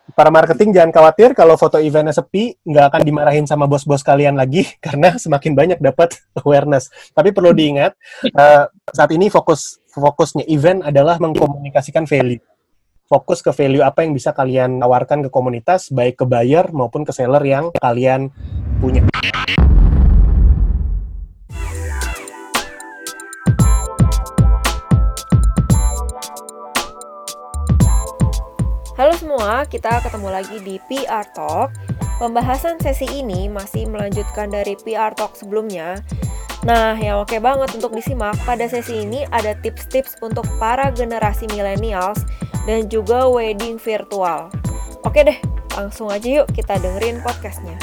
para marketing jangan khawatir kalau foto eventnya sepi, nggak akan dimarahin sama bos-bos kalian lagi karena semakin banyak dapat awareness. Tapi perlu diingat, saat ini fokusnya event adalah mengkomunikasikan value. Fokus ke value apa yang bisa kalian tawarkan ke komunitas, baik ke buyer maupun ke seller yang kalian punya. Halo semua, kita ketemu lagi di PR Talk. Pembahasan sesi ini masih melanjutkan dari PR Talk sebelumnya. Nah, yang oke banget untuk disimak, pada sesi ini ada tips-tips untuk para generasi millennials dan juga wedding virtual. Oke deh, langsung aja yuk kita dengerin podcastnya.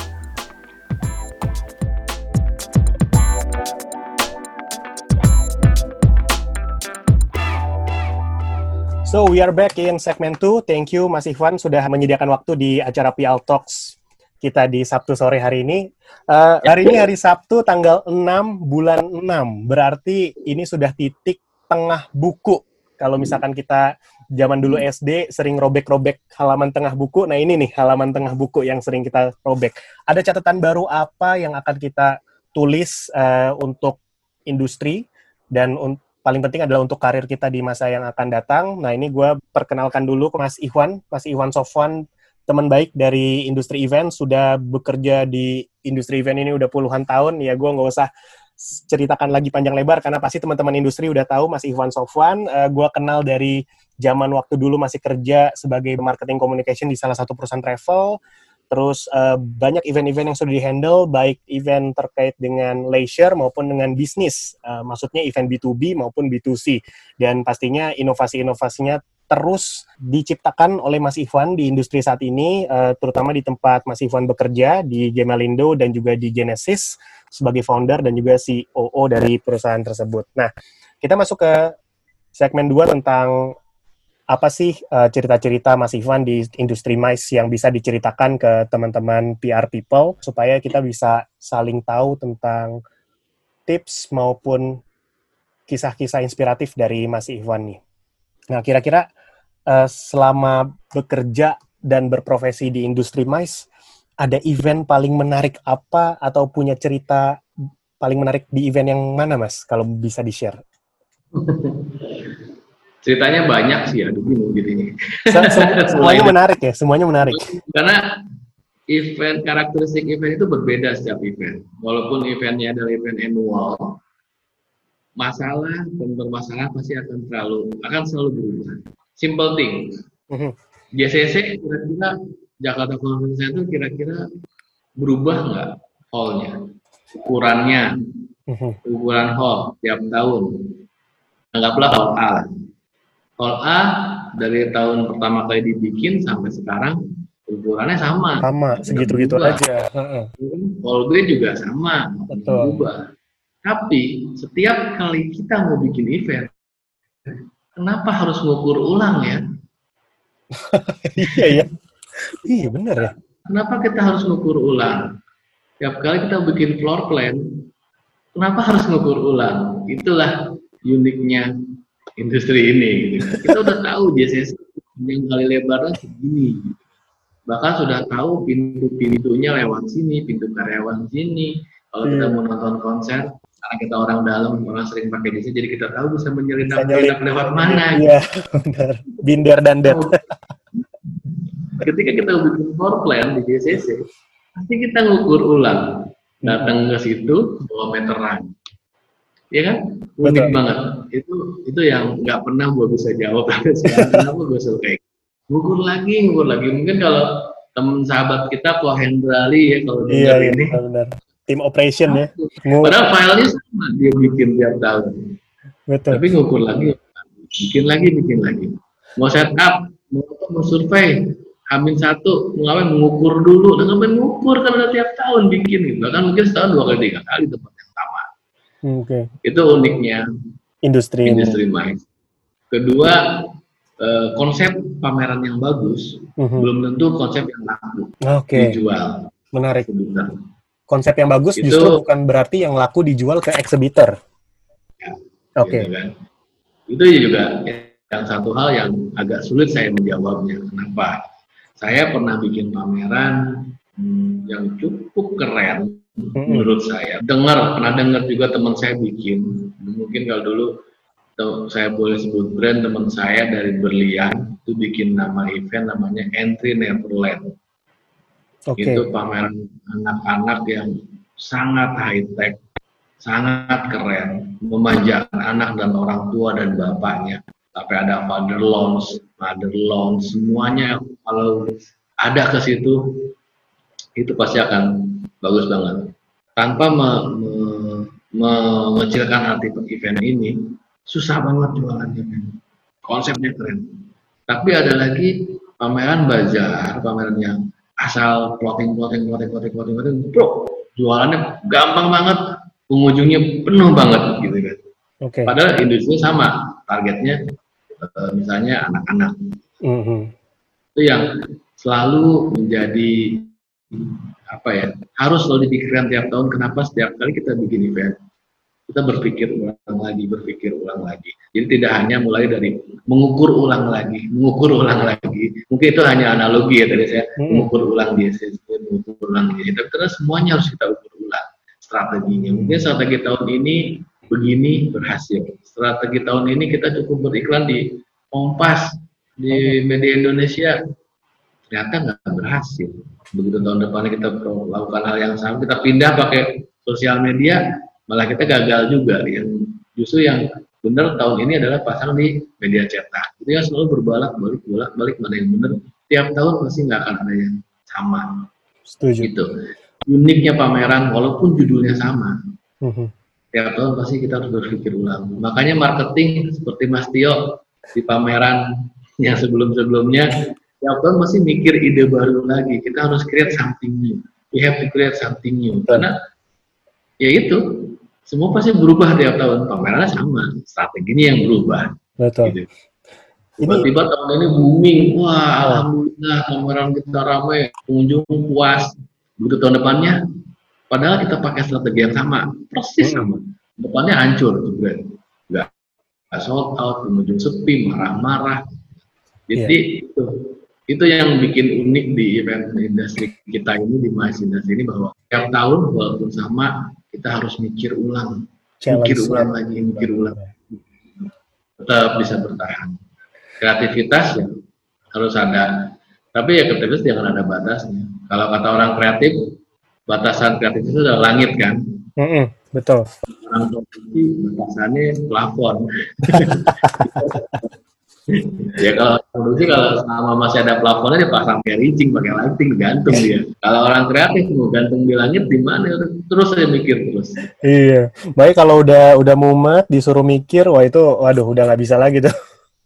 So, we are back in segment 2. Thank you, Mas Ivan, sudah menyediakan waktu di acara PR Talks kita di Sabtu sore hari ini. Hari ini hari Sabtu, tanggal 6 bulan 6. Berarti ini sudah titik tengah buku. Kalau misalkan kita zaman dulu SD sering robek-robek halaman tengah buku, nah ini nih halaman tengah buku yang sering kita robek. Ada catatan baru apa yang akan kita tulis untuk industri dan paling penting adalah untuk karir kita di masa yang akan datang. Nah, ini gue perkenalkan dulu ke Mas Iwan Sofwan, teman baik dari industri event, sudah bekerja di industri event ini udah puluhan tahun. Ya, gue nggak usah ceritakan lagi panjang lebar, karena pasti teman-teman industri udah tahu Mas Iwan Sofwan. Gue kenal dari zaman waktu dulu masih kerja sebagai marketing communication di salah satu perusahaan travel. Terus banyak event-event yang sudah di-handle, baik event terkait dengan leisure maupun dengan bisnis. Maksudnya event B2B maupun B2C. Dan pastinya inovasi-inovasinya terus diciptakan oleh Mas Ivan di industri saat ini, terutama di tempat Mas Ivan bekerja, di Gemalindo dan juga di Genesis, sebagai founder dan juga COO dari perusahaan tersebut. Nah, kita masuk ke segmen 2 tentang apa sih cerita-cerita Mas Ivan di industri MICE yang bisa diceritakan ke teman-teman PR people supaya kita bisa saling tahu tentang tips maupun kisah-kisah inspiratif dari Mas Ivan nih. Nah, kira-kira selama bekerja dan berprofesi di industri MICE, ada event paling menarik apa atau punya cerita paling menarik di event yang mana, Mas? Kalau bisa di-share. Ceritanya banyak sih, aduh bingung jadinya. Semuanya menarik ya, semuanya menarik. Karena karakteristik event itu berbeda setiap event. Walaupun eventnya adalah event annual, masalah dan bermasalah pasti akan selalu berubah. Simple thing. JCC kira-kira Jakarta Convention Center kira-kira berubah nggak hall-nya, ukuran hall tiap tahun. Anggaplah hall A. Hall A dari tahun pertama kali dibikin sampai sekarang ukurannya sama. Segitu-gitu aja. Hall B juga sama, berubah. Tapi setiap kali kita mau bikin event, kenapa harus ngukur ulang ya? Iya benar ya. Kenapa kita harus ngukur ulang? Setiap kali kita bikin floor plan, kenapa harus ngukur ulang? Itulah uniknya industri ini. Gitu. Kita udah tahu JCC yang kali lebarnya segini. Bahkan sudah tahu pintu-pintunya lewat sini, pintu karyawan sini. Kalau kita mau nonton konser, karena kita orang dalam, orang sering pakai JCC, jadi kita tahu bisa menyelinap lewat mana. Iya, benar. Binder dan dat. Ketika kita bikin floor plan di JCC, pasti kita ngukur ulang. Datang ke situ, bawa meteran. Ya kan? Unik banget. Itu yang nggak pernah gue bisa jawab sampai sekarang. Kenapa gue selalu kayak ngukur lagi. Mungkin kalau teman sahabat kita Ko Hendrali ya kalau dengar ini. Benar. Tim operation ya. Padahal filenya sama dia bikin tiap tahun. Betul. Tapi ngukur lagi. Bikin lagi. Mau setup, mau survei. H-1, mengukur dulu. Dan ngapain ngukur kan udah tiap tahun bikin. Bahkan mungkin setahun 2 kali 3 kali tempat yang sama. Itu uniknya industri MICE. Kedua, konsep pameran yang bagus belum tentu konsep yang laku dijual. Menarik. Konsep yang bagus itu, justru bukan berarti yang laku dijual ke exhibitor. Ya, gitu kan. Itu juga yang satu hal yang agak sulit saya menjawabnya. Kenapa? Saya pernah bikin pameran yang cukup keren menurut saya. Pernah dengar juga teman saya bikin. Mungkin kalau dulu saya boleh sebut brand, teman saya dari Berlian itu bikin nama event namanya Entry Neverland. Itu pameran anak-anak yang sangat high tech, sangat keren, memanjakan anak dan orang tua dan bapaknya. Sampai ada father lounge, semuanya kalau ada ke situ itu pasti akan bagus banget. Tanpa mengecilkan arti event ini, susah banget jualannya. Konsepnya keren. Tapi ada lagi pameran bazar, pameran yang asal plotting, bro, jualannya gampang banget, pengunjungnya penuh banget gitu kan. Padahal industri sama, targetnya misalnya anak-anak. Itu yang selalu menjadi harus selalu dipikirkan tiap tahun. Kenapa setiap kali kita bikin event kita berpikir ulang lagi. Jadi tidak hanya mulai dari mengukur ulang lagi. Mungkin itu hanya analogi ya tadi saya mengukur ulang di SSB, mengukur ulang di. Tapi terus semuanya harus kita ukur ulang strateginya. Mungkin strategi tahun ini begini berhasil. Strategi tahun ini kita cukup beriklan di Kompas, di media Indonesia, ternyata nggak berhasil. Begitu tahun depannya kita melakukan hal yang sama, kita pindah pakai sosial media, malah kita gagal juga. Yang justru yang benar tahun ini adalah pasang di media cetak. Itu yang selalu bolak-balik mana yang benar. Tiap tahun pasti nggak akan ada yang sama. Setuju. Gitu. Uniknya pameran walaupun judulnya sama. Tiap tahun pasti kita harus berpikir ulang. Makanya marketing seperti Mas Tio di pameran yang sebelum-sebelumnya, tiap tahun masih mikir ide baru lagi. Kita harus create something new. We have to create something new. Karena ya itu, semua pasti berubah tiap tahun. Pamerannya sama, strateginya yang berubah. Betul. Gitu. Tiba-tiba tahun ini booming. Wah, alhamdulillah pameran kita ramai, pengunjung puas. Begitu tahun depannya, padahal kita pakai strategi yang sama, persis sama. Depannya hancur tuh brand. Nggak sold out, pengunjung sepi, marah-marah. Jadi itu yang bikin unik di event industri kita ini, di MICE industri ini, bahwa tiap tahun walaupun sama, kita harus mikir ulang lagi. Tetap bisa bertahan. Kreativitas ya harus ada, tapi ya kreativitas jangan ada batasnya. Kalau kata orang kreatif, batasan kreatif itu adalah langit kan? Betul. Orang kreatif batasannya plafon. Ya kalau produksi, kalau selama masih ada plafonnya dia pasang kayak rincing, pakai lighting, gantung dia. Kalau orang kreatif mau gantung di langit di mana? Terus saya mikir terus. Iya. Baik kalau udah mumet disuruh mikir, waduh udah nggak bisa lagi tuh.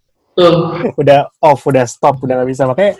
Udah off, udah stop, udah nggak bisa. Makanya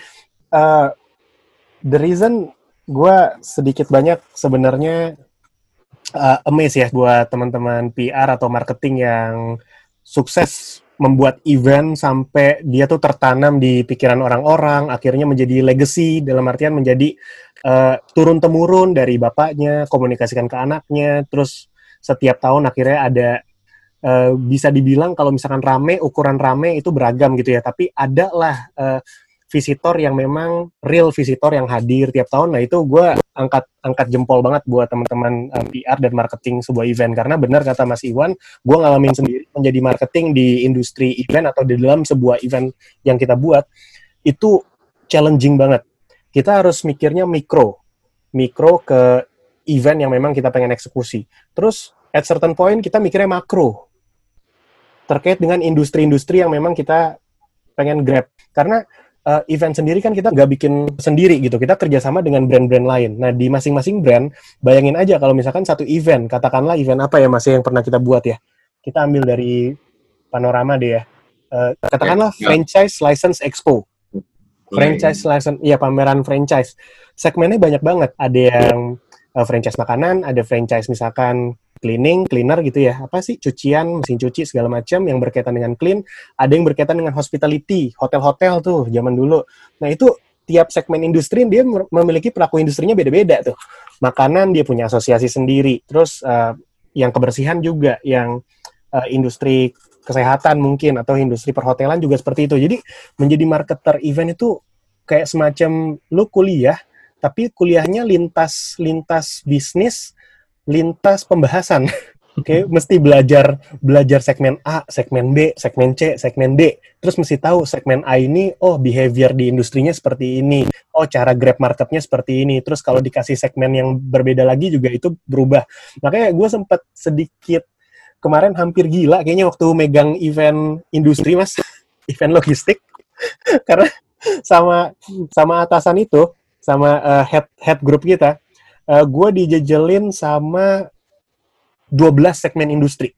the reason gue sedikit banyak sebenarnya amazed ya buat teman-teman PR atau marketing yang sukses membuat event sampai dia tuh tertanam di pikiran orang-orang, akhirnya menjadi legacy, dalam artian menjadi turun-temurun dari bapaknya, komunikasikan ke anaknya, terus setiap tahun akhirnya ada, bisa dibilang kalau misalkan rame, ukuran rame itu beragam gitu ya, tapi ada lah visitor yang memang real visitor yang hadir tiap tahun. Nah itu gue angkat jempol banget buat teman-teman PR dan marketing sebuah event, karena benar kata Mas Iwan, gue ngalamin sendiri menjadi marketing di industri event atau di dalam sebuah event yang kita buat itu challenging banget. Kita harus mikirnya mikro ke event yang memang kita pengen eksekusi. Terus at certain point kita mikirnya makro terkait dengan industri-industri yang memang kita pengen grab, karena event sendiri kan kita nggak bikin sendiri gitu, kita kerjasama dengan brand-brand lain. Nah di masing-masing brand, bayangin aja kalau misalkan satu event, katakanlah event apa ya Mas yang pernah kita buat ya, kita ambil dari Panorama deh ya, katakanlah Franchise License Expo, franchise license, ya pameran franchise, segmennya banyak banget, ada yang franchise makanan, ada franchise misalkan cleaner gitu ya, apa sih, cucian, mesin cuci, segala macam yang berkaitan dengan clean, ada yang berkaitan dengan hospitality, hotel-hotel tuh, zaman dulu. Nah itu, tiap segmen industri, dia memiliki pelaku industrinya beda-beda tuh. Makanan, dia punya asosiasi sendiri, terus yang kebersihan juga, yang industri kesehatan mungkin, atau industri perhotelan juga seperti itu. Jadi, menjadi marketer event itu kayak semacam lu kuliah, tapi kuliahnya lintas bisnis, lintas pembahasan. Oke, mesti belajar segmen A, segmen B, segmen C, segmen D. Terus mesti tahu segmen A ini, oh behavior di industrinya seperti ini. Oh cara grab marketnya seperti ini. Terus kalau dikasih segmen yang berbeda lagi juga itu berubah. Makanya gue sempat sedikit kemarin hampir gila kayaknya waktu megang event industri, Mas. Event logistik. Karena sama atasan itu, sama head group kita, gue dijejelin sama 12 segmen industri.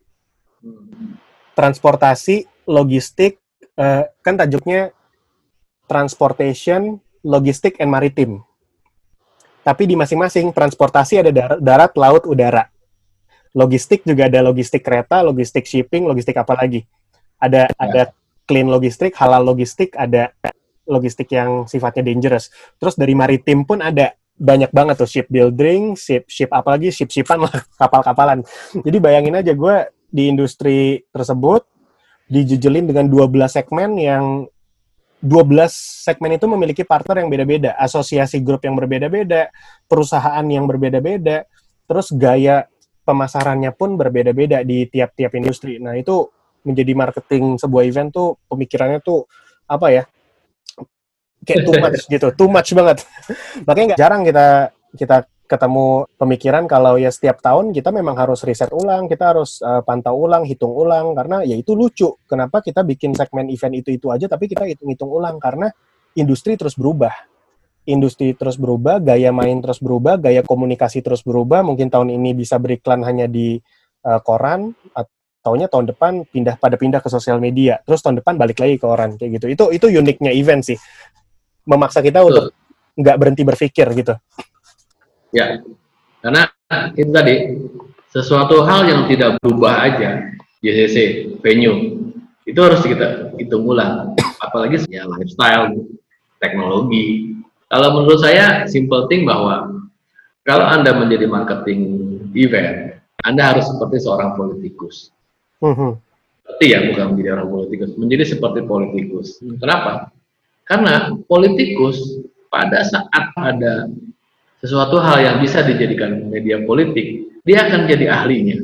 Transportasi, logistik, kan tajuknya transportation, logistik, and maritime. Tapi di masing-masing, transportasi ada darat, laut, udara. Logistik juga ada logistik kereta, logistik shipping, logistik apa lagi. Ada clean logistik, halal logistik, ada logistik yang sifatnya dangerous. Terus dari maritim pun ada banyak banget tuh, shipbuilding, ship apalagi ship-shipan lah, kapal-kapalan. Jadi bayangin aja gue di industri tersebut dijejelin dengan 12 segmen yang 12 segmen itu memiliki partner yang beda-beda, asosiasi grup yang berbeda-beda, perusahaan yang berbeda-beda, terus gaya pemasarannya pun berbeda-beda di tiap-tiap industri. Nah, itu menjadi marketing sebuah event tuh pemikirannya tuh apa ya? Kayak too much banget. Makanya jarang kita ketemu pemikiran kalau ya setiap tahun kita memang harus riset ulang, kita harus pantau ulang, hitung ulang, karena ya itu lucu. Kenapa kita bikin segmen event itu aja, tapi kita hitung-hitung ulang, karena industri terus berubah. Industri terus berubah, gaya main terus berubah, gaya komunikasi terus berubah. Mungkin tahun ini bisa beriklan hanya di koran, taunya tahun depan pindah ke sosial media, terus tahun depan balik lagi ke koran, kayak gitu. Itu uniknya event sih. Memaksa kita untuk nggak berhenti berpikir gitu. Ya, karena itu tadi sesuatu hal yang tidak berubah aja, JCC, venue, itu harus kita hitung ulang. Apalagi ya lifestyle, teknologi. Kalau menurut saya, simple thing bahwa kalau Anda menjadi marketing event, Anda harus seperti seorang politikus. Seperti ya, bukan menjadi orang politikus, menjadi seperti politikus. Kenapa? Karena politikus pada saat ada sesuatu hal yang bisa dijadikan media politik, dia akan jadi ahlinya.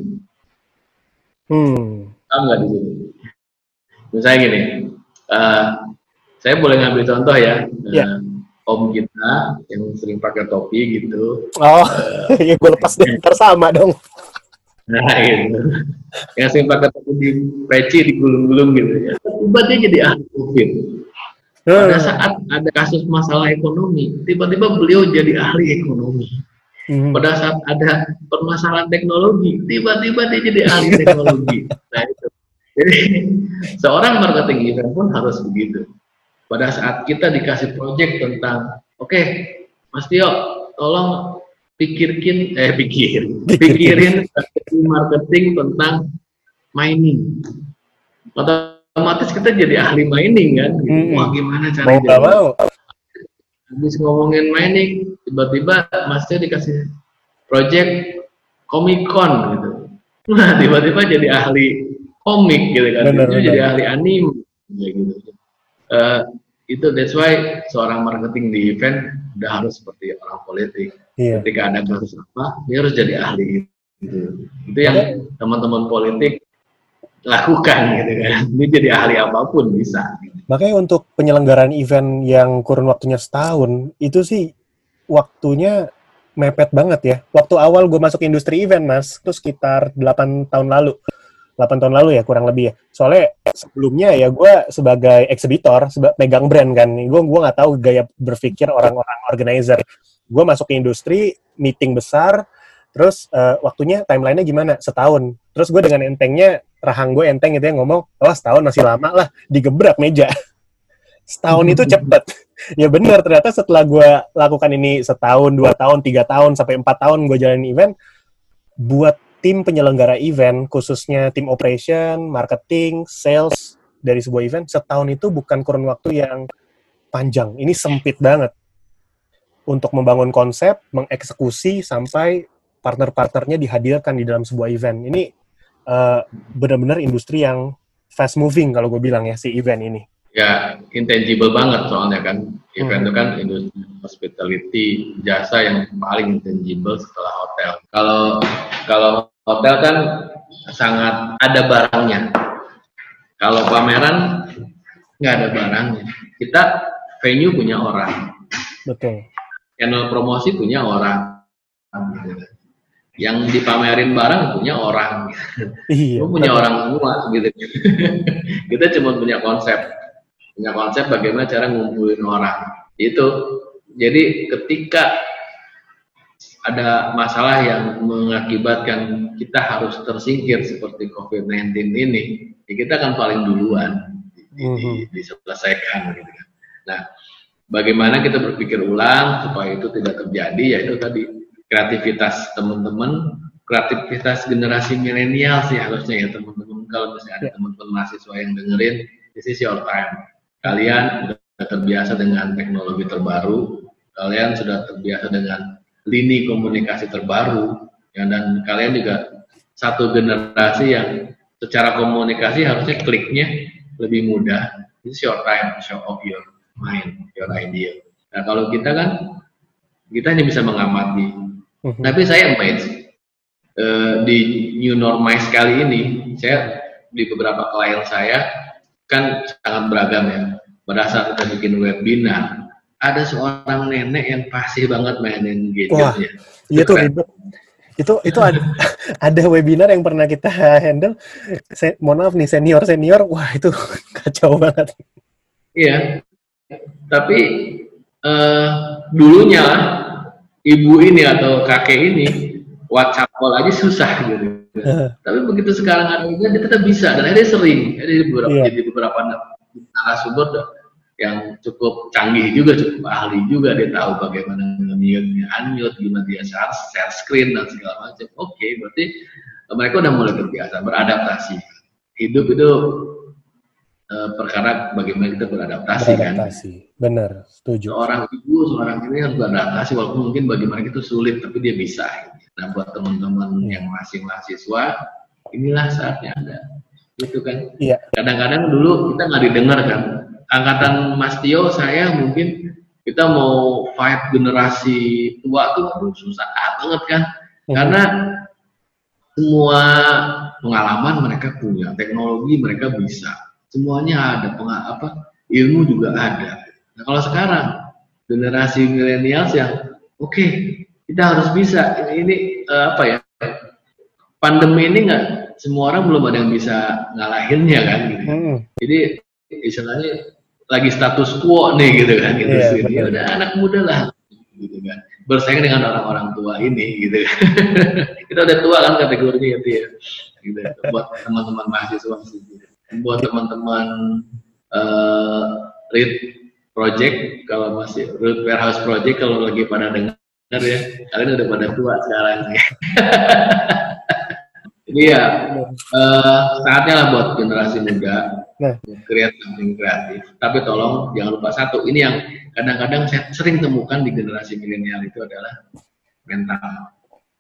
Tahu nggak di sini? Misalnya gini, saya boleh ngambil contoh ya, om kita yang sering pakai topi gitu. Oh, ya gue lepas deh, ntar sama dong. Nah gitu, yang sering pakai topi di peci, digulung-gulung gitu ya. Tiba dia jadi ahli COVID. Pada saat ada kasus masalah ekonomi, tiba-tiba beliau jadi ahli ekonomi. Pada saat ada permasalahan teknologi, tiba-tiba dia jadi ahli teknologi. Nah itu. Jadi seorang marketing event pun harus begitu. Pada saat kita dikasih project tentang, oke, Mas Tio, tolong pikirin marketing tentang mining. Otomatis kita jadi ahli mining kan, wah gimana caranya? Habis ngomongin mining, tiba-tiba Masnya dikasih project Comic Con gitu, nah tiba-tiba jadi ahli komik gitu kan, jadi ahli anime gitu. Itu that's why seorang marketing di event udah harus seperti orang politik. Ketika ada kasus apa, dia harus jadi ahli gitu. Itu yang teman-teman politik lakukan gitu kan. Ini jadi ahli apapun bisa. Makanya untuk penyelenggaraan event yang kurun waktunya setahun, itu sih waktunya mepet banget ya. Waktu awal gue masuk industri event, Mas, itu sekitar 8 tahun lalu. 8 tahun lalu ya, kurang lebih ya. Soalnya sebelumnya ya gue sebagai eksibitor, megang brand kan. Gue nggak tahu gaya berpikir orang-orang organizer. Gue masuk ke industri, meeting besar, terus waktunya timeline-nya gimana? Setahun. Terus gue dengan entengnya, rahang gue enteng gitu ya, ngomong, oh setahun masih lama lah, digebrak meja. Setahun itu cepet. Ya benar, ternyata setelah gue lakukan ini setahun, 2 tahun, 3 tahun, sampai 4 tahun gue jalanin event, buat tim penyelenggara event, khususnya tim operation, marketing, sales dari sebuah event, setahun itu bukan kurun waktu yang panjang. Ini sempit banget. Untuk membangun konsep, mengeksekusi, sampai partner-partnernya dihadirkan di dalam sebuah event. Ini benar-benar industri yang fast moving kalau gue bilang ya, si event ini. ya intangible banget soalnya kan. Event itu kan industri hospitality, jasa yang paling intangible setelah hotel. Kalau hotel kan sangat ada barangnya. Kalau pameran nggak ada barangnya. Kita venue punya orang, Betul. channel promosi punya orang, yang dipamerin barang punya orang. Iya. Lu punya orang semua gitu. Kita cuma punya konsep bagaimana cara ngumpulin orang. Itu. Jadi ketika ada masalah yang mengakibatkan kita harus tersingkir seperti COVID-19 ini, ya kita akan paling duluan diselesaikan gitu kan. Nah, bagaimana kita berpikir ulang supaya itu tidak terjadi, yaitu tadi kreativitas teman-teman, kreativitas generasi milenial sih harusnya ya teman-teman. Kalau misalnya ada teman-teman mahasiswa yang dengerin, this is your time. Kalian sudah terbiasa dengan teknologi terbaru, kalian sudah terbiasa dengan lini komunikasi terbaru, ya, dan kalian juga satu generasi yang secara komunikasi harusnya kliknya lebih mudah. This is your time to show off your mind, your idea. Nah kalau kita kan, kita hanya bisa mengamati. Tapi saya amazed di new normalize kali ini, saya di beberapa klien saya kan sangat beragam ya. Pada saat kita bikin webinar, ada seorang nenek yang fasih banget mainin gadgetnya. Iya tuh ribet. Itu ada webinar yang pernah kita handle. Mohon maaf nih senior, wah itu kacau banget. Iya. Tapi dulunya ibu ini atau kakek ini WhatsApp call aja susah gitu. Tapi begitu sekarang ada dia tetap bisa, dan dia sering. Jadi beberapa narasumber yang cukup canggih juga, cukup ahli juga, dia tahu bagaimana unmute, gimana dia share screen dan segala macam. Oke, berarti mereka udah mulai terbiasa beradaptasi. Hidup itu perkara bagaimana kita beradaptasi kan. Benar, setuju. Seorang ibu, seorang ini harus beradaptasi, walaupun mungkin bagi mereka itu sulit, tapi dia bisa. Nah, buat teman-teman yang masih mahasiswa, inilah saatnya Anda. Gitu kan. Iya. Kadang-kadang dulu kita nggak didengar kan. Angkatan Mas Tio, saya mungkin kita mau fight generasi tua tuh susah banget kan, karena semua pengalaman mereka punya, teknologi mereka bisa, semuanya ada, ilmu juga ada. Nah kalau sekarang generasi milenial yang oke, kita harus bisa, ini pandemi ini nggak semua orang belum ada yang bisa ngalahinnya kan gitu. Jadi istilahnya lagi status quo nih gitu kan, gitu sih. Ya udah anak muda lah gitu kan, bersaing dengan orang-orang tua ini gitu kan. Kita udah tua kan kategorinya itu ya gitu. Buat teman-teman mahasiswa gitu. Buat teman-teman read project, kalau masih read warehouse project, kalau lagi pada dengar ya, kalian udah pada tua sekarang ya. Jadi ya saatnya lah buat generasi muda create something kreatif. Tapi tolong jangan lupa satu, ini yang kadang-kadang saya sering temukan di generasi milenial itu adalah mental.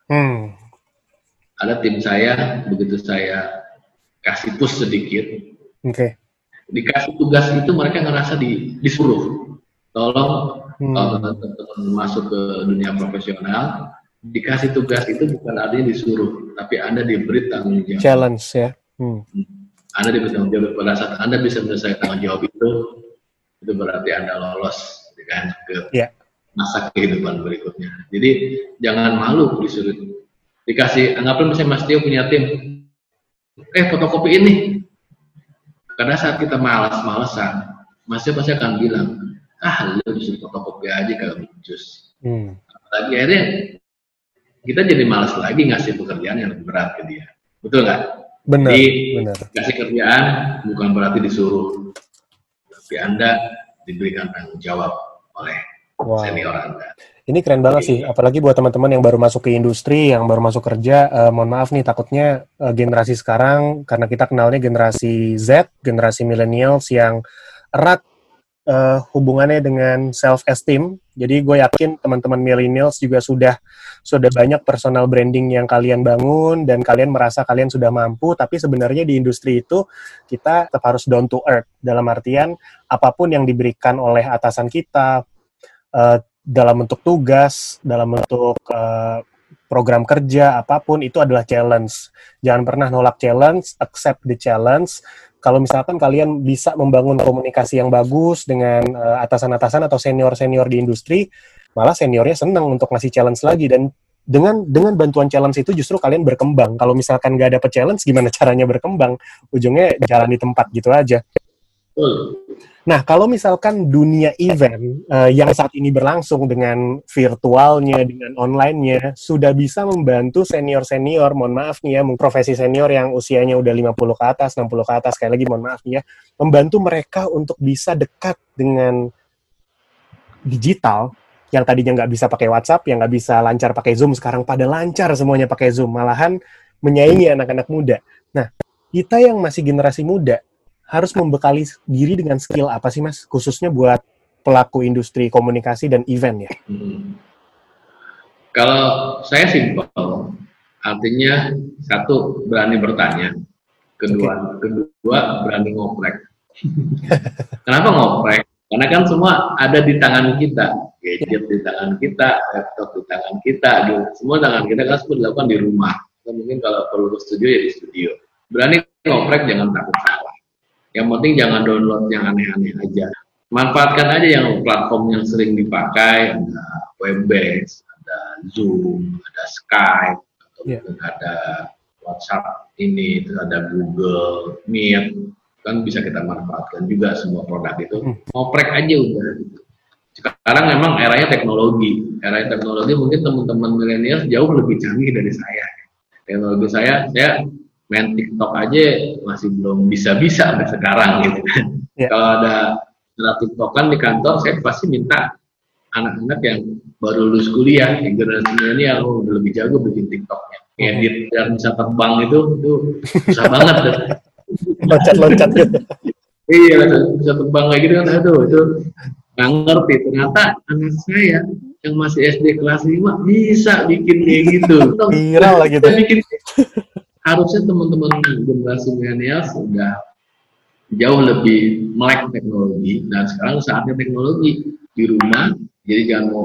Ada tim saya, begitu saya kasih push sedikit, dikasih tugas itu mereka ngerasa disuruh. Tolong kalau teman-teman masuk ke dunia profesional, dikasih tugas itu bukan artinya disuruh, tapi Anda diberi tanggung jawab. Challenge ya. Anda diberi tanggung jawab. Pada saat Anda bisa menyelesaikan tanggung jawab itu berarti Anda lolos kan ke masa kehidupan berikutnya. Jadi jangan malu disuruh. Dikasih, anggaplah misalnya Mas Tio punya tim, fotokopi ini. Karena saat kita malas-malesan, Mas Tio pasti akan bilang, lu disuruh fotokopi aja kalau becus. Lagi akhirnya kita jadi malas lagi ngasih pekerjaan yang lebih berat ke dia. Betul nggak? Benar. Jadi kasih kerjaan bukan berarti disuruh, tapi Anda diberikan tanggung jawab oleh senior Anda. Ini keren banget sih, apalagi buat teman-teman yang baru masuk ke industri, yang baru masuk kerja. Mohon maaf nih, takutnya generasi sekarang, karena kita kenalnya generasi Z, generasi millennials yang erat hubungannya dengan self-esteem. Jadi gue yakin teman-teman millennials juga sudah banyak personal branding yang kalian bangun dan kalian merasa kalian sudah mampu, tapi sebenarnya di industri itu kita tetap harus down to earth, dalam artian apapun yang diberikan oleh atasan kita, dalam bentuk tugas, dalam bentuk program kerja, apapun itu adalah challenge. Jangan pernah nolak challenge, accept the challenge. Kalau misalkan kalian bisa membangun komunikasi yang bagus dengan atasan-atasan atau senior-senior di industri, malah seniornya senang untuk ngasih challenge lagi, dan dengan bantuan challenge itu justru kalian berkembang. Kalau misalkan nggak dapet challenge, gimana caranya berkembang? Ujungnya jalan di tempat gitu aja. Nah, kalau misalkan dunia event yang saat ini berlangsung dengan virtualnya, dengan online-nya, sudah bisa membantu senior-senior, mohon maaf nih ya, profesi senior yang usianya udah 50 ke atas, 60 ke atas, sekali lagi mohon maaf nih ya, membantu mereka untuk bisa dekat dengan digital, yang tadinya nggak bisa pakai WhatsApp, yang nggak bisa lancar pakai Zoom, sekarang pada lancar semuanya pakai Zoom, malahan menyaingi anak-anak muda. Nah, kita yang masih generasi muda, harus membekali diri dengan skill apa sih Mas, khususnya buat pelaku industri komunikasi dan event ya? Kalau saya simpel, artinya satu, berani bertanya, kedua berani ngoprek. Kenapa ngoprek? Karena kan semua ada di tangan kita, gadget di tangan kita, laptop di tangan kita, semua tangan kita kan semua dilakukan di rumah. Mungkin kalau perlu ke studio ya di studio. Berani ngoprek, jangan takut salah. Yang penting jangan download yang aneh-aneh aja. Manfaatkan aja yang platform yang sering dipakai, ada Webex, ada Zoom, ada Skype, atau mungkin ada WhatsApp ini, terus ada Google Meet, kan bisa kita manfaatkan juga semua produk itu. Ngoprek aja udah. Sekarang memang eranya teknologi. Eranya teknologi mungkin teman-teman milenial jauh lebih canggih dari saya. Teknologi saya main TikTok aja masih belum bisa-bisa sampai sekarang gitu kan. Kalau ada TikTokan di kantor, saya pasti minta anak-anak yang baru lulus kuliah, yang generasi milenial udah lebih jago bikin TikToknya. Edit dan bisa terbang itu susah banget tuh. Loncat-loncat gitu. Iya, bisa terbang kayak gitu kan, aduh itu nggak ngerti. Ternyata anak saya yang masih SD kelas 5 bisa bikin kayak gitu. Viral lah gitu. Harusnya teman-teman generasi milenial sudah jauh lebih melek teknologi, dan sekarang saatnya teknologi di rumah. Jadi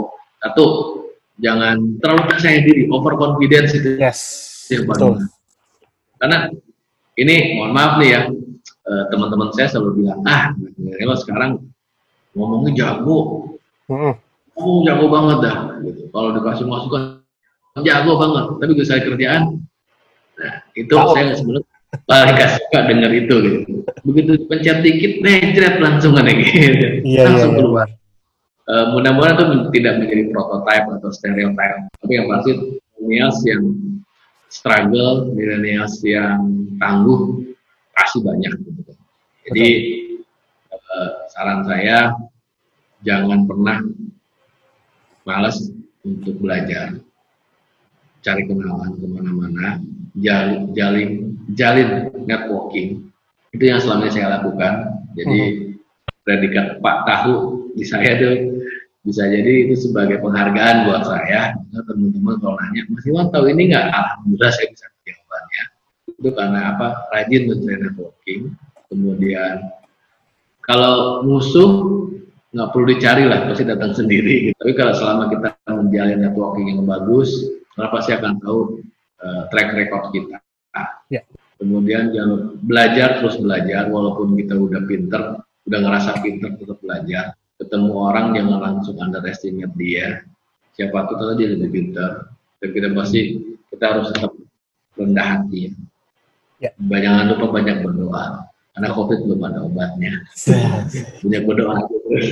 jangan terlalu percaya diri, overconfidence itu. Yes, betul. Karena ini mohon maaf nih ya, teman-teman saya selalu bilang, milenial sekarang ngomongnya jago, jago banget dah. Gitu. Kalau dikasih masukan jago banget, tapi gue saya kerjaan. Nah, itu saya sebenarnya paling gak suka dengar itu gitu. Begitu pencet dikit, nejret langsung ada gitu. Langsung keluar. Mudah-mudahan itu tidak menjadi prototipe atau stereotype. Tapi yang pasti millennials yang struggle, millennials yang tangguh pasti banyak gitu. Jadi saran saya jangan pernah malas untuk belajar. Cari kenalan kemana-mana, jalin networking, itu yang selama ini saya lakukan. Jadi predikat Pak Tahu di saya tuh bisa jadi itu sebagai penghargaan buat saya. Teman-teman kalau nanya, Mas Iwan tahu ini nggak? Alhamdulillah saya bisa jawabannya. Itu karena apa? Rajin mencari networking. Kemudian kalau musuh nggak perlu dicari lah, pasti datang sendiri. Tapi kalau selama kita menjalin networking yang bagus, karena pasti akan tahu track record kita. Kemudian jangan terus belajar, walaupun kita udah pinter, udah ngerasa pinter, tetap belajar. Ketemu orang jangan langsung underestimate dia. Siapa tuh dia lebih pinter. Dan kita harus tetap rendah hati. Jangan lupa banyak berdoa. Karena COVID belum ada obatnya. Banyak berdoa.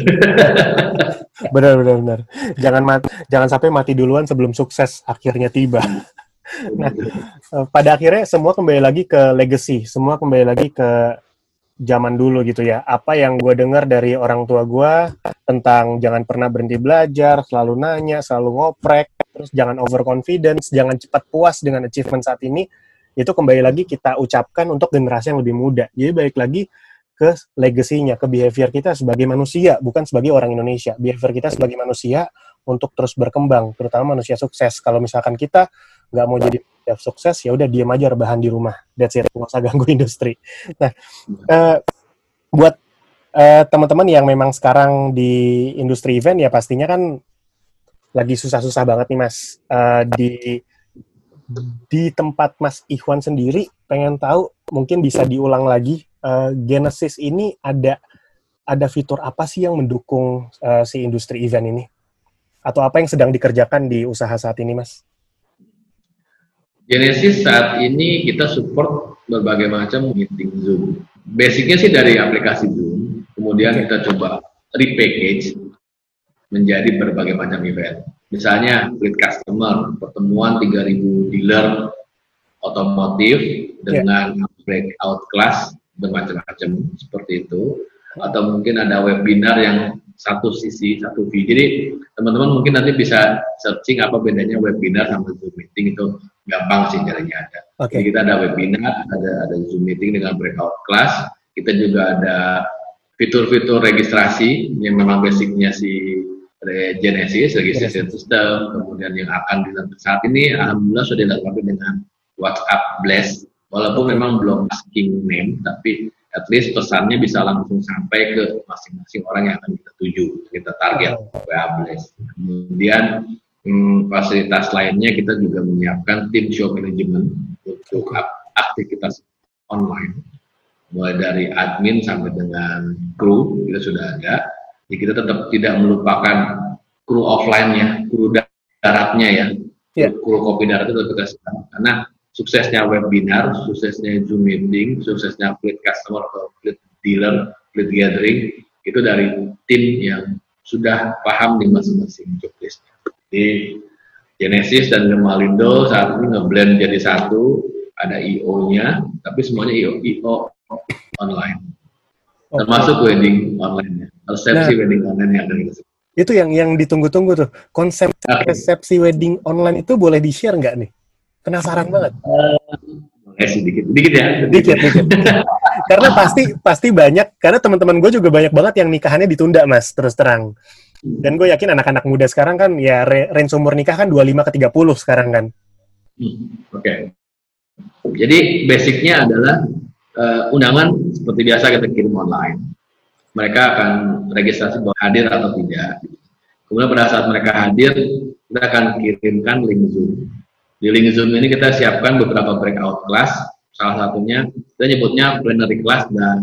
Benar. Jangan sampai mati duluan sebelum sukses akhirnya tiba. Nah, pada akhirnya semua kembali lagi ke legacy, semua kembali lagi ke zaman dulu gitu ya. Apa yang gue dengar dari orang tua gue tentang jangan pernah berhenti belajar, selalu nanya, selalu ngoprek, terus jangan overconfidence, jangan cepat puas dengan achievement saat ini, itu kembali lagi kita ucapkan untuk generasi yang lebih muda. Jadi balik lagi, ke legacy-nya, ke behavior kita sebagai manusia, bukan sebagai orang Indonesia. Behavior kita sebagai manusia untuk terus berkembang, terutama manusia sukses. Kalau misalkan kita nggak mau jadi sukses, ya udah diam aja rebahan di rumah. That's it, nggak usah ganggu industri. Nah, buat teman-teman yang memang sekarang di industri event, ya pastinya kan lagi susah-susah banget nih Mas. Di tempat Mas Ikhwan sendiri, pengen tahu, mungkin bisa diulang lagi, Genesis ini ada fitur apa sih yang mendukung si industri event ini? Atau apa yang sedang dikerjakan di usaha saat ini, Mas? Genesis saat ini kita support berbagai macam meeting Zoom. Basicnya sih dari aplikasi Zoom, kemudian kita coba repackage menjadi berbagai macam event. Misalnya fleet customer, pertemuan 3.000 dealer otomotif dengan breakout class bermacam-macam seperti itu, atau mungkin ada webinar yang satu sisi satu view. Jadi teman-teman mungkin nanti bisa searching apa bedanya webinar sama Zoom meeting, itu gampang sih caranya ada. Jadi kita ada webinar, ada Zoom meeting dengan breakout class. Kita juga ada fitur-fitur registrasi yang memang basicnya si Genesis, registration system, kemudian yang akan dilakukan saat ini alhamdulillah sudah dilengkapi dengan WhatsApp Blast, walaupun memang belum asking name, tapi at least pesannya bisa langsung sampai ke masing-masing orang yang akan kita tuju, kita target WA Blast. Kemudian fasilitas lainnya kita juga menyiapkan tim show management untuk aktivitas online, mulai dari admin sampai dengan kru kita sudah ada. Jadi kita tetap tidak melupakan kru offline-nya, kru daratnya ya, kru kopi darat itu tetap kita sekarang. Karena suksesnya webinar, suksesnya Zoom meeting, suksesnya fleet customer atau fleet dealer, fleet gathering, itu dari tim yang sudah paham di masing-masing checklist. Di Genesis dan Gemalindo saat ini ngeblend jadi satu, ada IO-nya, tapi semuanya IO online. Termasuk wedding online-nya, resepsi wedding online yang ada di situ. Itu yang ditunggu-tunggu tuh, konsep resepsi wedding online itu boleh di-share nggak nih? Penasaran banget. Dikit ya. Dikit. Karena pasti banyak, karena teman-teman gue juga banyak banget yang nikahannya ditunda, Mas, terus terang. Dan gue yakin anak-anak muda sekarang kan, ya range umur nikah kan 25 ke 30 sekarang kan. Oke. Jadi basicnya adalah undangan seperti biasa kita kirim online. Mereka akan registrasi bahwa hadir atau tidak. Kemudian pada saat mereka hadir, kita akan kirimkan link Zoom. Di link Zoom ini kita siapkan beberapa breakout class. Salah satunya kita nyebutnya plenary class, dan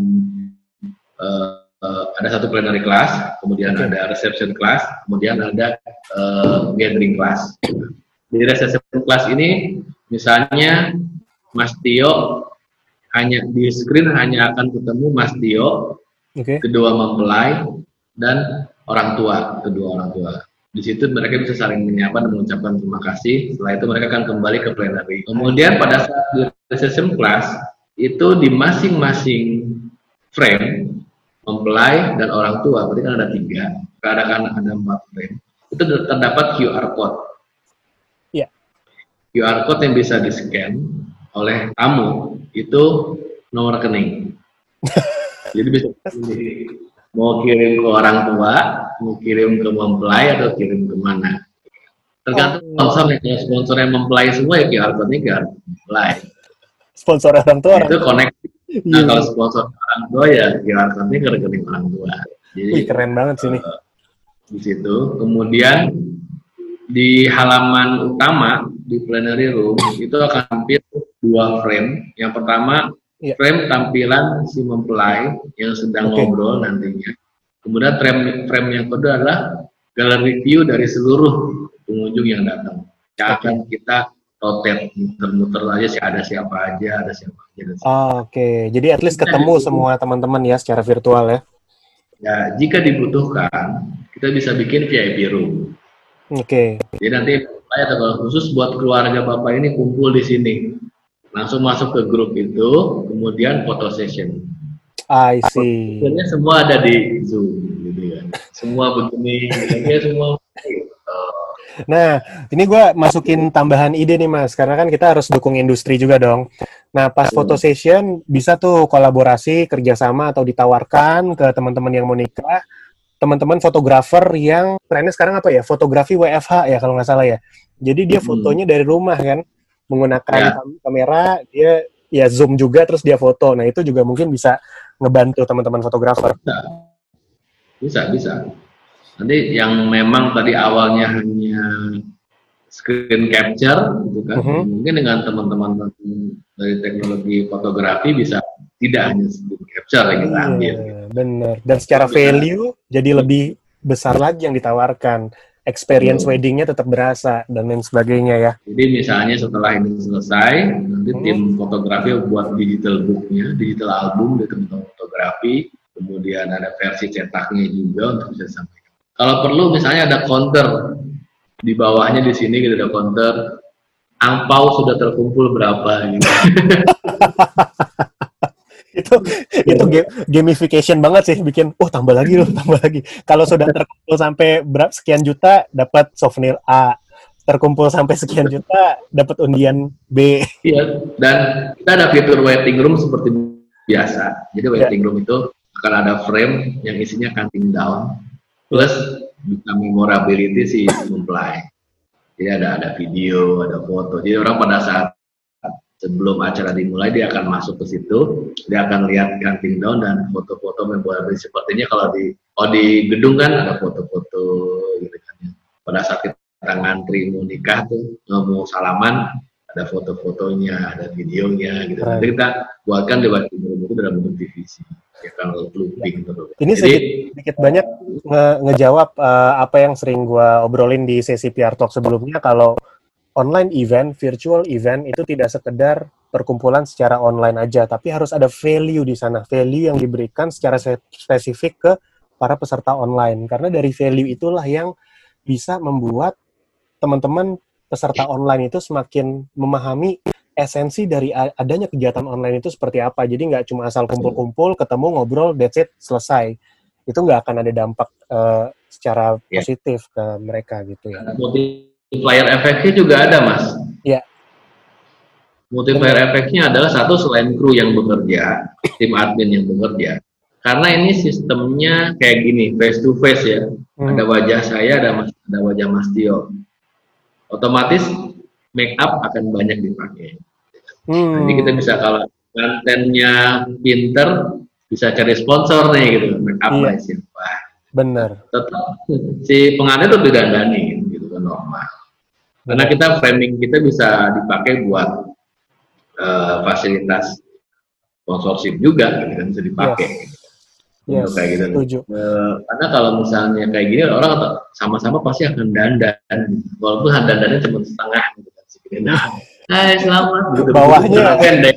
ada satu plenary class, kemudian ada reception class, kemudian ada gathering class. Di reception class ini, misalnya Mas Tio, hanya di screen hanya akan ketemu Mas Tio, kedua mempelai dan orang tua, kedua orang tua. Di situ mereka bisa saling menyapa dan mengucapkan terima kasih. Setelah itu mereka akan kembali ke plenary. Kemudian pada saat di reception class itu di masing-masing frame mempelai dan orang tua, berarti kan ada 3, kadang-kadang ada 4 frame. Itu terdapat QR code. QR code yang bisa di-scan oleh tamu itu nomor rekening. Jadi bisa pilih mau kirim ke orang tua, mau kirim ke mempelai atau kirim kemana. Tergantung sponsor nih. Kalau sponsor yang mempelai semua ya QR code-nya ke mempelai. Sponsor orang tua. Itu connect. Nah, kalau sponsor orang tua ya QR code-nya ke rekening orang tua. Jadi keren banget sih nih. Di situ. Kemudian di halaman utama di plenary room itu akan tampil 2 frame. Yang pertama frame tampilan si mempelai yang sedang ngobrol nantinya. Kemudian frame yang kedua adalah gallery view dari seluruh pengunjung yang datang. Yang akan kita rotate, muter-muter aja sih, ada siapa aja. Jadi at least ketemu semua teman-teman ya secara virtual ya. Ya, jika dibutuhkan kita bisa bikin VIP room. Jadi nanti atau kalau khusus buat keluarga bapak ini kumpul di sini, langsung masuk ke grup itu, kemudian foto session. I see. Semua ada di Zoom, gitu ya. Semua begini, ya semua Nah, ini gue masukin tambahan ide nih Mas, karena kan kita harus dukung industri juga dong. Nah, pas foto session bisa tuh kolaborasi, kerjasama atau ditawarkan ke teman-teman yang mau nikah, teman-teman fotografer yang trennya sekarang apa ya? Fotografi WFH ya kalau nggak salah ya. Jadi dia fotonya dari rumah kan, menggunakan Ya. kamera, dia ya zoom juga terus dia foto. Nah, itu juga mungkin bisa ngebantu teman-teman fotografer. Bisa. Nanti yang memang tadi awalnya hanya screen capture, gitu kan, mungkin dengan teman-teman dari teknologi fotografi bisa tidak hanya screen capture yang kita ambil. Bener. Dan secara value jadi lebih besar lagi yang ditawarkan. Experience weddingnya tetap berasa dan lain sebagainya ya. Jadi misalnya setelah ini selesai, nanti tim fotografi buat digital booknya, digital album dari teman-teman fotografi, kemudian ada versi cetaknya juga untuk bisa sampaikan. Kalau perlu misalnya ada counter di bawahnya di sini gitu ada counter angpau sudah terkumpul berapa gitu. itu gamification banget sih, bikin tambah lagi loh, tambah lagi. Kalau sudah terkumpul sampai sekian juta dapat souvenir A, terkumpul sampai sekian juta dapat undian B. Iya, dan kita ada fitur waiting room seperti biasa. Jadi waiting room itu akan ada frame yang isinya counting down plus bisa memorability si mempelai. Jadi ada video, ada foto. Jadi orang pada saat sebelum acara dimulai dia akan masuk ke situ, dia akan lihat counting down dan foto-foto memorability. Sepertinya kalau di gedung kan ada foto-foto gitu kan. Pada saat kita ngantri mau nikah tuh mau salaman ada foto-fotonya, ada videonya gitu. Nanti kita buatkan di waiting room itu dalam bentuk divisi. Ya kan looping gitu. Ini sedikit banyak ngejawab apa yang sering gue obrolin di sesi PR Talk sebelumnya, kalau online event, virtual event itu tidak sekedar perkumpulan secara online aja, tapi harus ada value di sana, value yang diberikan secara spesifik ke para peserta online. Karena dari value itulah yang bisa membuat teman-teman peserta online itu semakin memahami esensi dari adanya kegiatan online itu seperti apa. Jadi nggak cuma asal kumpul-kumpul, ketemu, ngobrol, that's it, selesai. Itu nggak akan ada dampak secara positif ke mereka gitu ya. Multiplier efeknya juga ada, Mas. Iya. Multiplier efeknya adalah satu, selain kru yang bekerja, tim admin yang bekerja. Karena ini sistemnya kayak gini, face to face ya. Ada wajah saya, ada wajah Mas Tio. Otomatis make up akan banyak dipakai. Jadi kita bisa, kalau kontennya pinter, bisa cari sponsor nih gitu, make up by siapa. Bener. Tetap si pengantin itu didandani gitu kan, normal. Karena kita framing kita bisa dipakai buat fasilitas sponsorship juga, gitu kan, bisa dipakai. Yes, kayak gitu. Karena kalau misalnya kayak gini, orang sama-sama pasti akan dandan, walaupun dandannya cuma setengah gitu kan. Hai, selamat. Gitu, bawahnya pendek.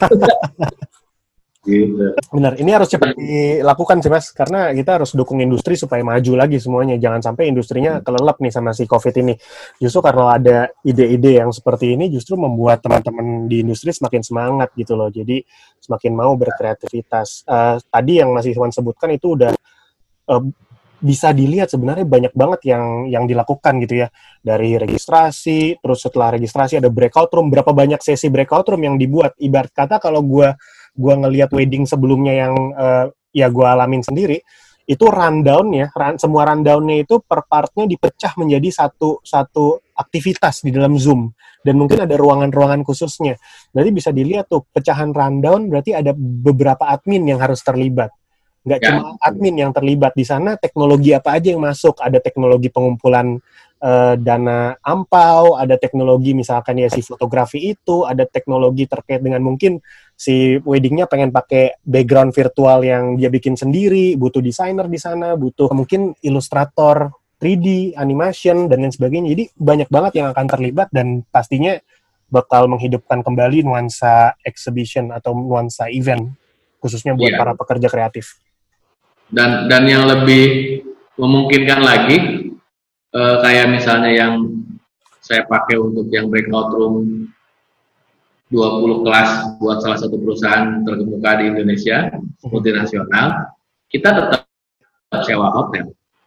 Gitu. Benar, ini harus cepat dilakukan sih Mas, karena kita harus dukung industri supaya maju lagi semuanya. Jangan sampai industrinya kelelep nih sama si COVID ini. Justru karena ada ide-ide yang seperti ini, justru membuat teman-teman di industri semakin semangat gitu loh. Jadi semakin mau berkreativitas. Tadi yang Mas Iwan sebutkan itu udah bisa dilihat sebenarnya banyak banget yang dilakukan gitu ya. Dari registrasi, terus setelah registrasi ada breakout room. Berapa banyak sesi breakout room yang dibuat. Ibarat kata kalau gue ngelihat wedding sebelumnya yang ya gue alamin sendiri, itu rundown-nya, semua rundown-nya itu per partnya dipecah menjadi satu aktivitas di dalam Zoom. Dan mungkin ada ruangan-ruangan khususnya. Berarti bisa dilihat tuh, pecahan rundown berarti ada beberapa admin yang harus terlibat. Nggak cuma admin yang terlibat di sana, teknologi apa aja yang masuk. Ada teknologi pengumpulan dana ampau, ada teknologi misalkan ya si fotografi itu, ada teknologi terkait dengan mungkin si weddingnya pengen pakai background virtual yang dia bikin sendiri, butuh desainer di sana, butuh mungkin ilustrator 3D, animation, dan lain sebagainya. Jadi banyak banget yang akan terlibat dan pastinya bakal menghidupkan kembali nuansa exhibition atau nuansa event, khususnya buat para pekerja kreatif. Dan yang lebih memungkinkan lagi, kayak misalnya yang saya pakai untuk yang breakout room 20 kelas buat salah satu perusahaan terkemuka di Indonesia, multinasional, kita tetap sewa hotel.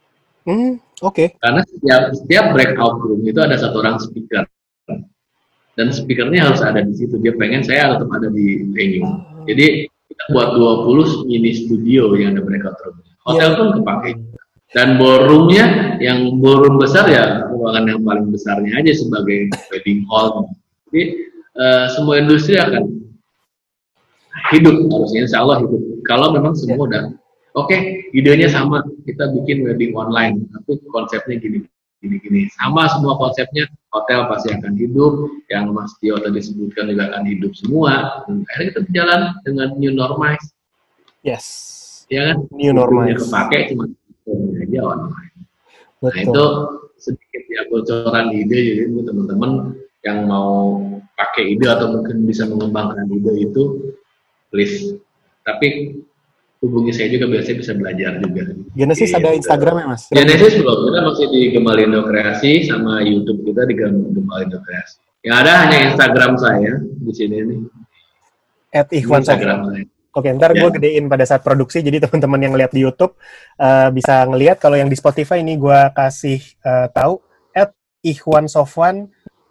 Oke. Karena setiap breakout room itu ada satu orang speaker. Dan speakernya harus ada di situ. Dia pengen saya tetap ada di venue. Jadi kita buat 20 mini studio yang ada breakout room. Hotel pun kepake. Dan ballroomnya, yang ballroom besar ya ruangan yang paling besarnya aja sebagai wedding hall. Jadi semua industri akan hidup, harusnya insya Allah hidup. Kalau memang semua udah oke, idenya sama, kita bikin wedding online, tapi konsepnya gini. Sama semua konsepnya, hotel pasti akan hidup, yang Mas Tio tadi sebutkan juga akan hidup semua. Dan akhirnya kita berjalan dengan new normalize. Yes. Ya kan? New normalize. Kepake cuma aja online. Betul. Nah itu sedikit ya bocoran ide, jadi teman-teman yang mau pakai ide atau mungkin bisa mengembangkan ide itu, please. Tapi hubungi saya juga, biasanya bisa belajar juga. Genesis ada Instagram ya Mas? Genesis belum, kita masih di Gemalindo Kreasi, sama YouTube kita di Gemalindo Kreasi. Yang ada hanya Instagram saya di sini nih. @ikhwansofwan. Oke, ntar gue gedein pada saat produksi, jadi teman-teman yang lihat di YouTube bisa ngelihat. Kalau yang di Spotify ini gue kasih tahu @ikhwansofwan,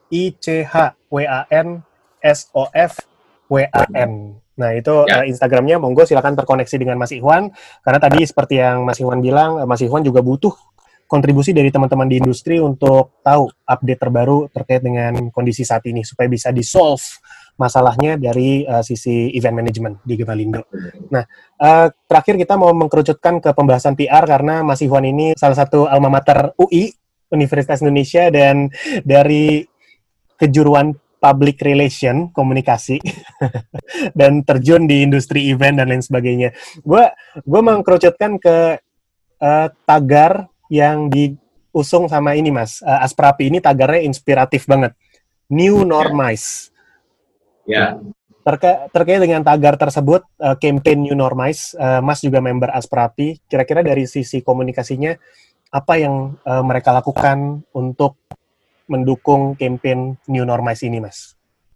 ICHWANSOFWAN. Nah itu Instagramnya, monggo silakan terkoneksi dengan Mas Ikhwan, karena tadi seperti yang Mas Ikhwan bilang, Mas Ikhwan juga butuh kontribusi dari teman-teman di industri untuk tahu update terbaru terkait dengan kondisi saat ini, supaya bisa di-solve masalahnya dari sisi event management di Gemalindo. Nah, terakhir kita mau mengkerucutkan ke pembahasan PR, karena Mas Ikhwan ini salah satu alma mater UI, Universitas Indonesia, dan dari kejuruan public relation, komunikasi, dan terjun di industri event dan lain sebagainya. Gue mengkerucutkan ke tagar yang diusung sama ini Mas, Asprapi ini tagarnya inspiratif banget. New Normize. Ya. Terkait dengan tagar tersebut, campaign New Normize, Mas juga member Asprapi. Kira-kira dari sisi komunikasinya, apa yang mereka lakukan untuk mendukung campaign New Normize ini, Mas?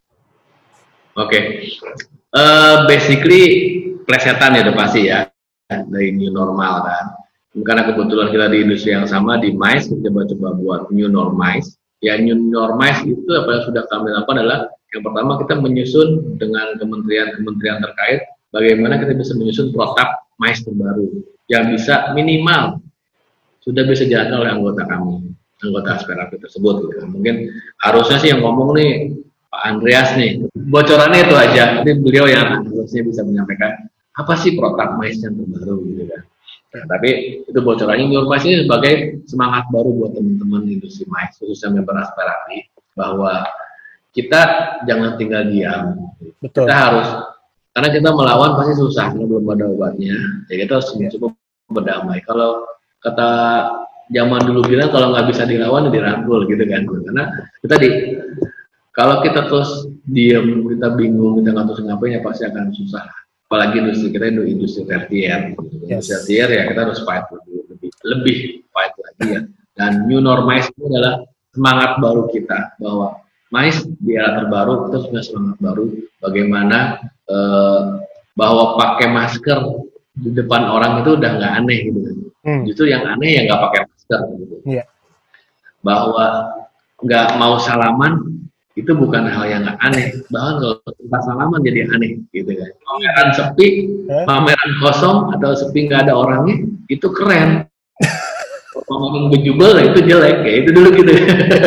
Oke. Basically plesetan ya udah pasti ya dari new normal kan. Karena kebetulan kita di industri yang sama di MICE, kita coba buat New Normize. Ya, New Normize itu apa yang sudah kami lakukan adalah yang pertama kita menyusun dengan kementerian terkait bagaimana kita bisa menyusun protap MICE terbaru yang bisa minimal sudah bisa dijalankan oleh anggota kami, anggota Asprapi tersebut gitu. Mungkin harusnya sih yang ngomong nih Pak Andreas nih, bocorannya itu aja, nanti beliau yang harusnya bisa menyampaikan apa sih protap MICE yang terbaru gitu kan. Nah, tapi itu bocorannya. New Normize ini sebagai semangat baru buat teman-teman industri MICE, khususnya member Asprapi, bahwa kita jangan tinggal diam. Betul. Kita harus, karena kita melawan pasti susah, karena belum ada obatnya. Jadi kita harus cukup berdamai. Kalau kata zaman dulu bilang, kalau nggak bisa dilawan, dirangkul gitu kan. Karena kita kalau kita terus diam, kita bingung, kita nggak tahu ngapain, ya pasti akan susah. Apalagi industri kita itu industri tertier. Industri tertier ya kita harus fight lebih fight lagi ya. Dan New Normize itu adalah semangat baru kita, bahwa MICE di era terbaru kita punya semangat baru bagaimana bahwa pakai masker di depan orang itu udah nggak aneh gitu kan. Justru yang aneh ya nggak pakai masker gitu. Bahwa nggak mau salaman itu bukan hal yang nggak aneh, bahkan kalau tempat salaman jadi aneh gitu kan. Pameran sepi, pameran kosong atau sepi nggak ada orangnya itu keren. Pameran bejubel itu jelek, kayak itu dulu gitu.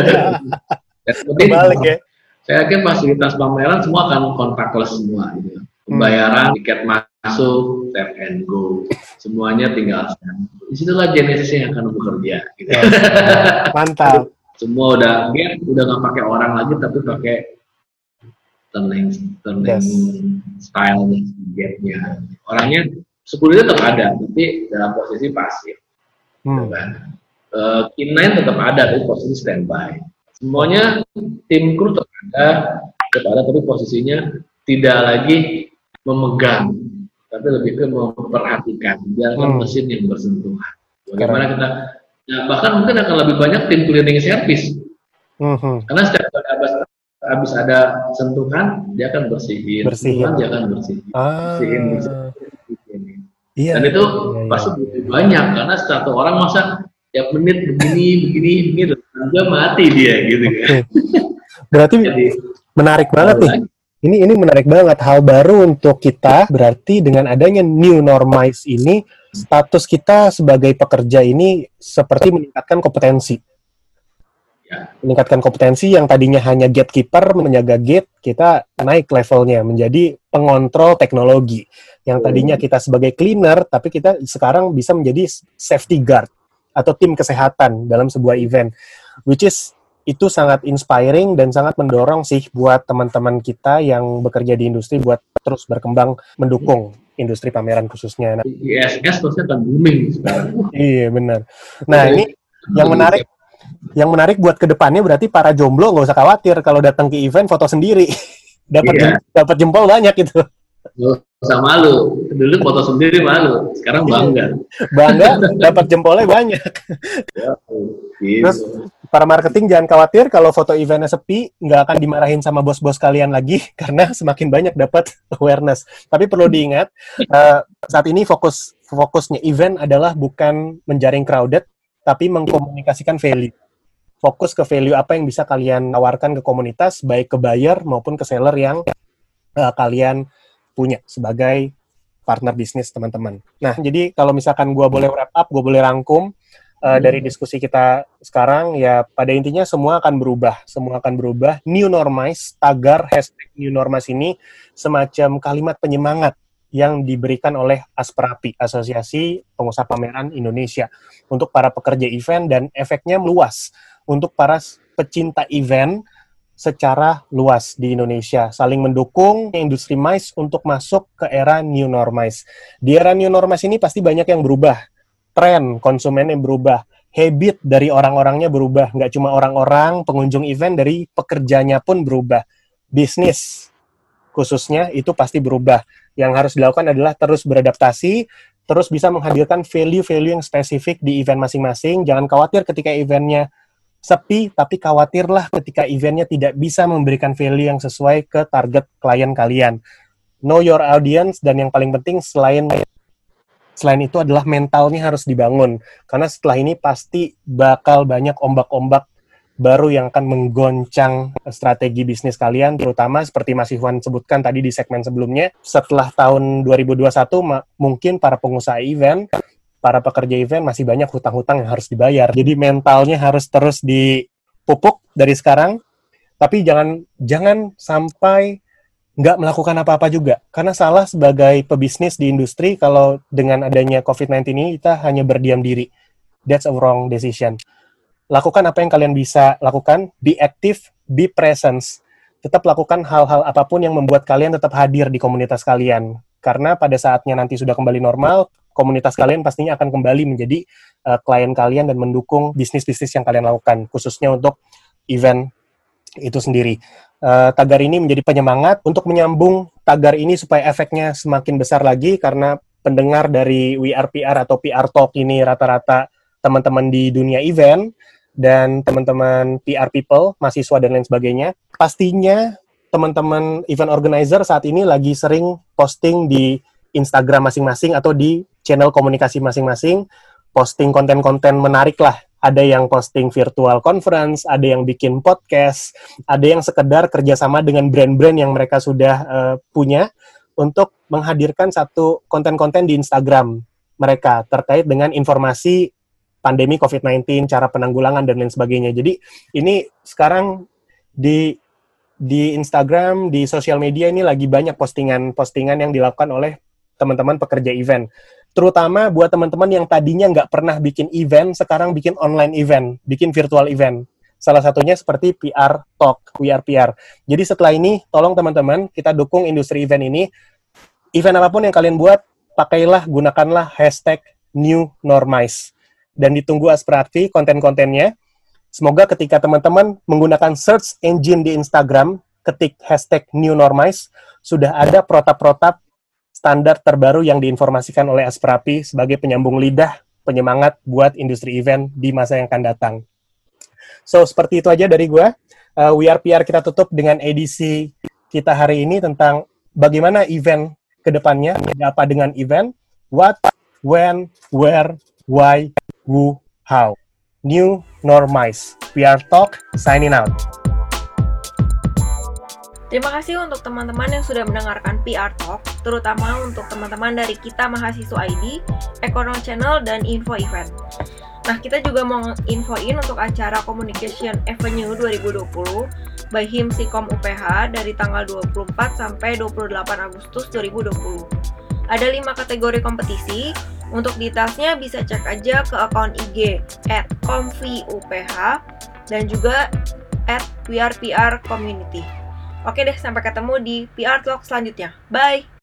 Balik ya. Saya yakin fasilitas pameran semua akan contactless semua gitu. Pembayaran, tiket masuk, tap and go, semuanya tinggal scan. Disitulah Genesis yang akan bekerja gitu. Mantap. Semua udah nggak pakai orang lagi, tapi pakai turning style gate-nya. Orangnya 10 itu tetap ada, tapi dalam posisi pasif. Gitu kan. Inline tetap ada, tapi posisi standby. Semuanya tim kru tetap ada, tapi posisinya tidak lagi memegang, tapi lebih ke memperhatikan, biarkan mesin yang bersentuhan. Bagaimana kita, nah, bahkan mungkin akan lebih banyak tim cleaning service, karena setiap kali habis ada sentuhan, dia akan bersihin. Dia akan bersihin. Iya, dan itu pasti butuh banyak, karena satu orang masa tiap menit begini, jam mati dia gitu kan. Oke. Berarti Jadi menarik banget nih. Ini menarik banget, hal baru untuk kita. Berarti dengan adanya new normalize ini, status kita sebagai pekerja ini seperti meningkatkan kompetensi. Meningkatkan kompetensi yang tadinya hanya gatekeeper, menjaga gate, kita naik levelnya menjadi pengontrol teknologi. Yang tadinya kita sebagai cleaner, tapi kita sekarang bisa menjadi safety guard atau tim kesehatan dalam sebuah event. Which is itu sangat inspiring dan sangat mendorong sih buat teman-teman kita yang bekerja di industri buat terus berkembang mendukung industri pameran khususnya. Nah, ISS pasti akan booming sekarang. iya benar. Nah ini yang menarik buat kedepannya berarti para jomblo nggak usah khawatir kalau datang ke event foto sendiri, dapat jempol banyak gitu. Nggak usah malu. Dulu foto sendiri malu, sekarang bangga. Dapat jempolnya banyak. Gitu. Terus para marketing jangan khawatir kalau foto eventnya sepi, nggak akan dimarahin sama bos-bos kalian lagi karena semakin banyak dapat awareness. Tapi perlu diingat, saat ini fokusnya event adalah bukan menjaring crowded, tapi mengkomunikasikan value. Fokus ke value apa yang bisa kalian tawarkan ke komunitas, baik ke buyer maupun ke seller yang kalian punya sebagai partner bisnis teman-teman. Nah, jadi kalau misalkan gue boleh wrap up, gue boleh rangkum, dari diskusi kita sekarang, ya pada intinya semua akan berubah. New normalize, tagar hashtag new normalize ini semacam kalimat penyemangat yang diberikan oleh Asprapi, Asosiasi Pengusaha Pameran Indonesia, untuk para pekerja event dan efeknya meluas untuk para pecinta event secara luas di Indonesia, saling mendukung industri MICE untuk masuk ke era new normalize. Di era new normalize ini pasti banyak yang berubah. Tren konsumennya berubah, habit dari orang-orangnya berubah, nggak cuma orang-orang pengunjung event, dari pekerjanya pun berubah, bisnis khususnya itu pasti berubah. Yang harus dilakukan adalah terus beradaptasi, terus bisa menghadirkan value-value yang spesifik di event masing-masing. Jangan khawatir ketika eventnya sepi, tapi khawatirlah ketika eventnya tidak bisa memberikan value yang sesuai ke target klien kalian. Know your audience, dan yang paling penting selain itu adalah mentalnya harus dibangun. Karena setelah ini pasti bakal banyak ombak-ombak baru yang akan menggoncang strategi bisnis kalian, terutama seperti Mas Ikhwan sebutkan tadi di segmen sebelumnya, setelah tahun 2021 mungkin para pengusaha event, para pekerja event masih banyak hutang-hutang yang harus dibayar. Jadi mentalnya harus terus dipupuk dari sekarang, tapi jangan sampai nggak melakukan apa-apa juga. Karena salah sebagai pebisnis di industri kalau dengan adanya COVID-19 ini kita hanya berdiam diri. That's a wrong decision. Lakukan apa yang kalian bisa lakukan, be active, be presence. Tetap lakukan hal-hal apapun yang membuat kalian tetap hadir di komunitas kalian. Karena pada saatnya nanti sudah kembali normal, komunitas kalian pastinya akan kembali menjadi klien kalian dan mendukung bisnis-bisnis yang kalian lakukan, khususnya untuk event itu sendiri. Tagar ini menjadi penyemangat untuk menyambung tagar ini supaya efeknya semakin besar lagi, karena pendengar dari We Are PR atau PR Talk ini rata-rata teman-teman di dunia event dan teman-teman PR people, mahasiswa dan lain sebagainya. Pastinya teman-teman event organizer saat ini lagi sering posting di Instagram masing-masing atau di channel komunikasi masing-masing, posting konten-konten menarik lah. Ada yang posting virtual conference, ada yang bikin podcast, ada yang sekedar kerjasama dengan brand-brand yang mereka sudah punya untuk menghadirkan satu konten-konten di Instagram mereka terkait dengan informasi pandemi COVID-19, cara penanggulangan, dan lain sebagainya. Jadi ini sekarang di Instagram, di sosial media ini lagi banyak postingan-postingan yang dilakukan oleh teman-teman pekerja event. Terutama buat teman-teman yang tadinya nggak pernah bikin event, sekarang bikin online event, bikin virtual event. Salah satunya seperti PR Talk, We Are PR. Jadi setelah ini, tolong teman-teman, kita dukung industri event ini. Event apapun yang kalian buat, pakailah, gunakanlah hashtag New Normalize. Dan ditunggu Asprapi konten-kontennya. Semoga ketika teman-teman menggunakan search engine di Instagram, ketik hashtag New Normalize, sudah ada protap-protap standar terbaru yang diinformasikan oleh Asprapi sebagai penyambung lidah, penyemangat buat industri event di masa yang akan datang. So, seperti itu aja dari gue. We Are PR kita tutup dengan edisi kita hari ini tentang bagaimana event ke depannya, apa dengan event, what, when, where, why, who, how. New Normize. PR Talk signing out. Terima kasih untuk teman-teman yang sudah mendengarkan PR Talk, terutama untuk teman-teman dari Kita Mahasiswa ID, Ekonom Channel, dan Info Event. Nah, kita juga mau infoin untuk acara Communication Avenue 2020 by Himsikom UPH dari tanggal 24 sampai 28 Agustus 2020. Ada 5 kategori kompetisi. Untuk detailsnya bisa cek aja ke akun IG @komviuph dan juga @prpr community. Oke deh, sampai ketemu di PR Talk selanjutnya. Bye!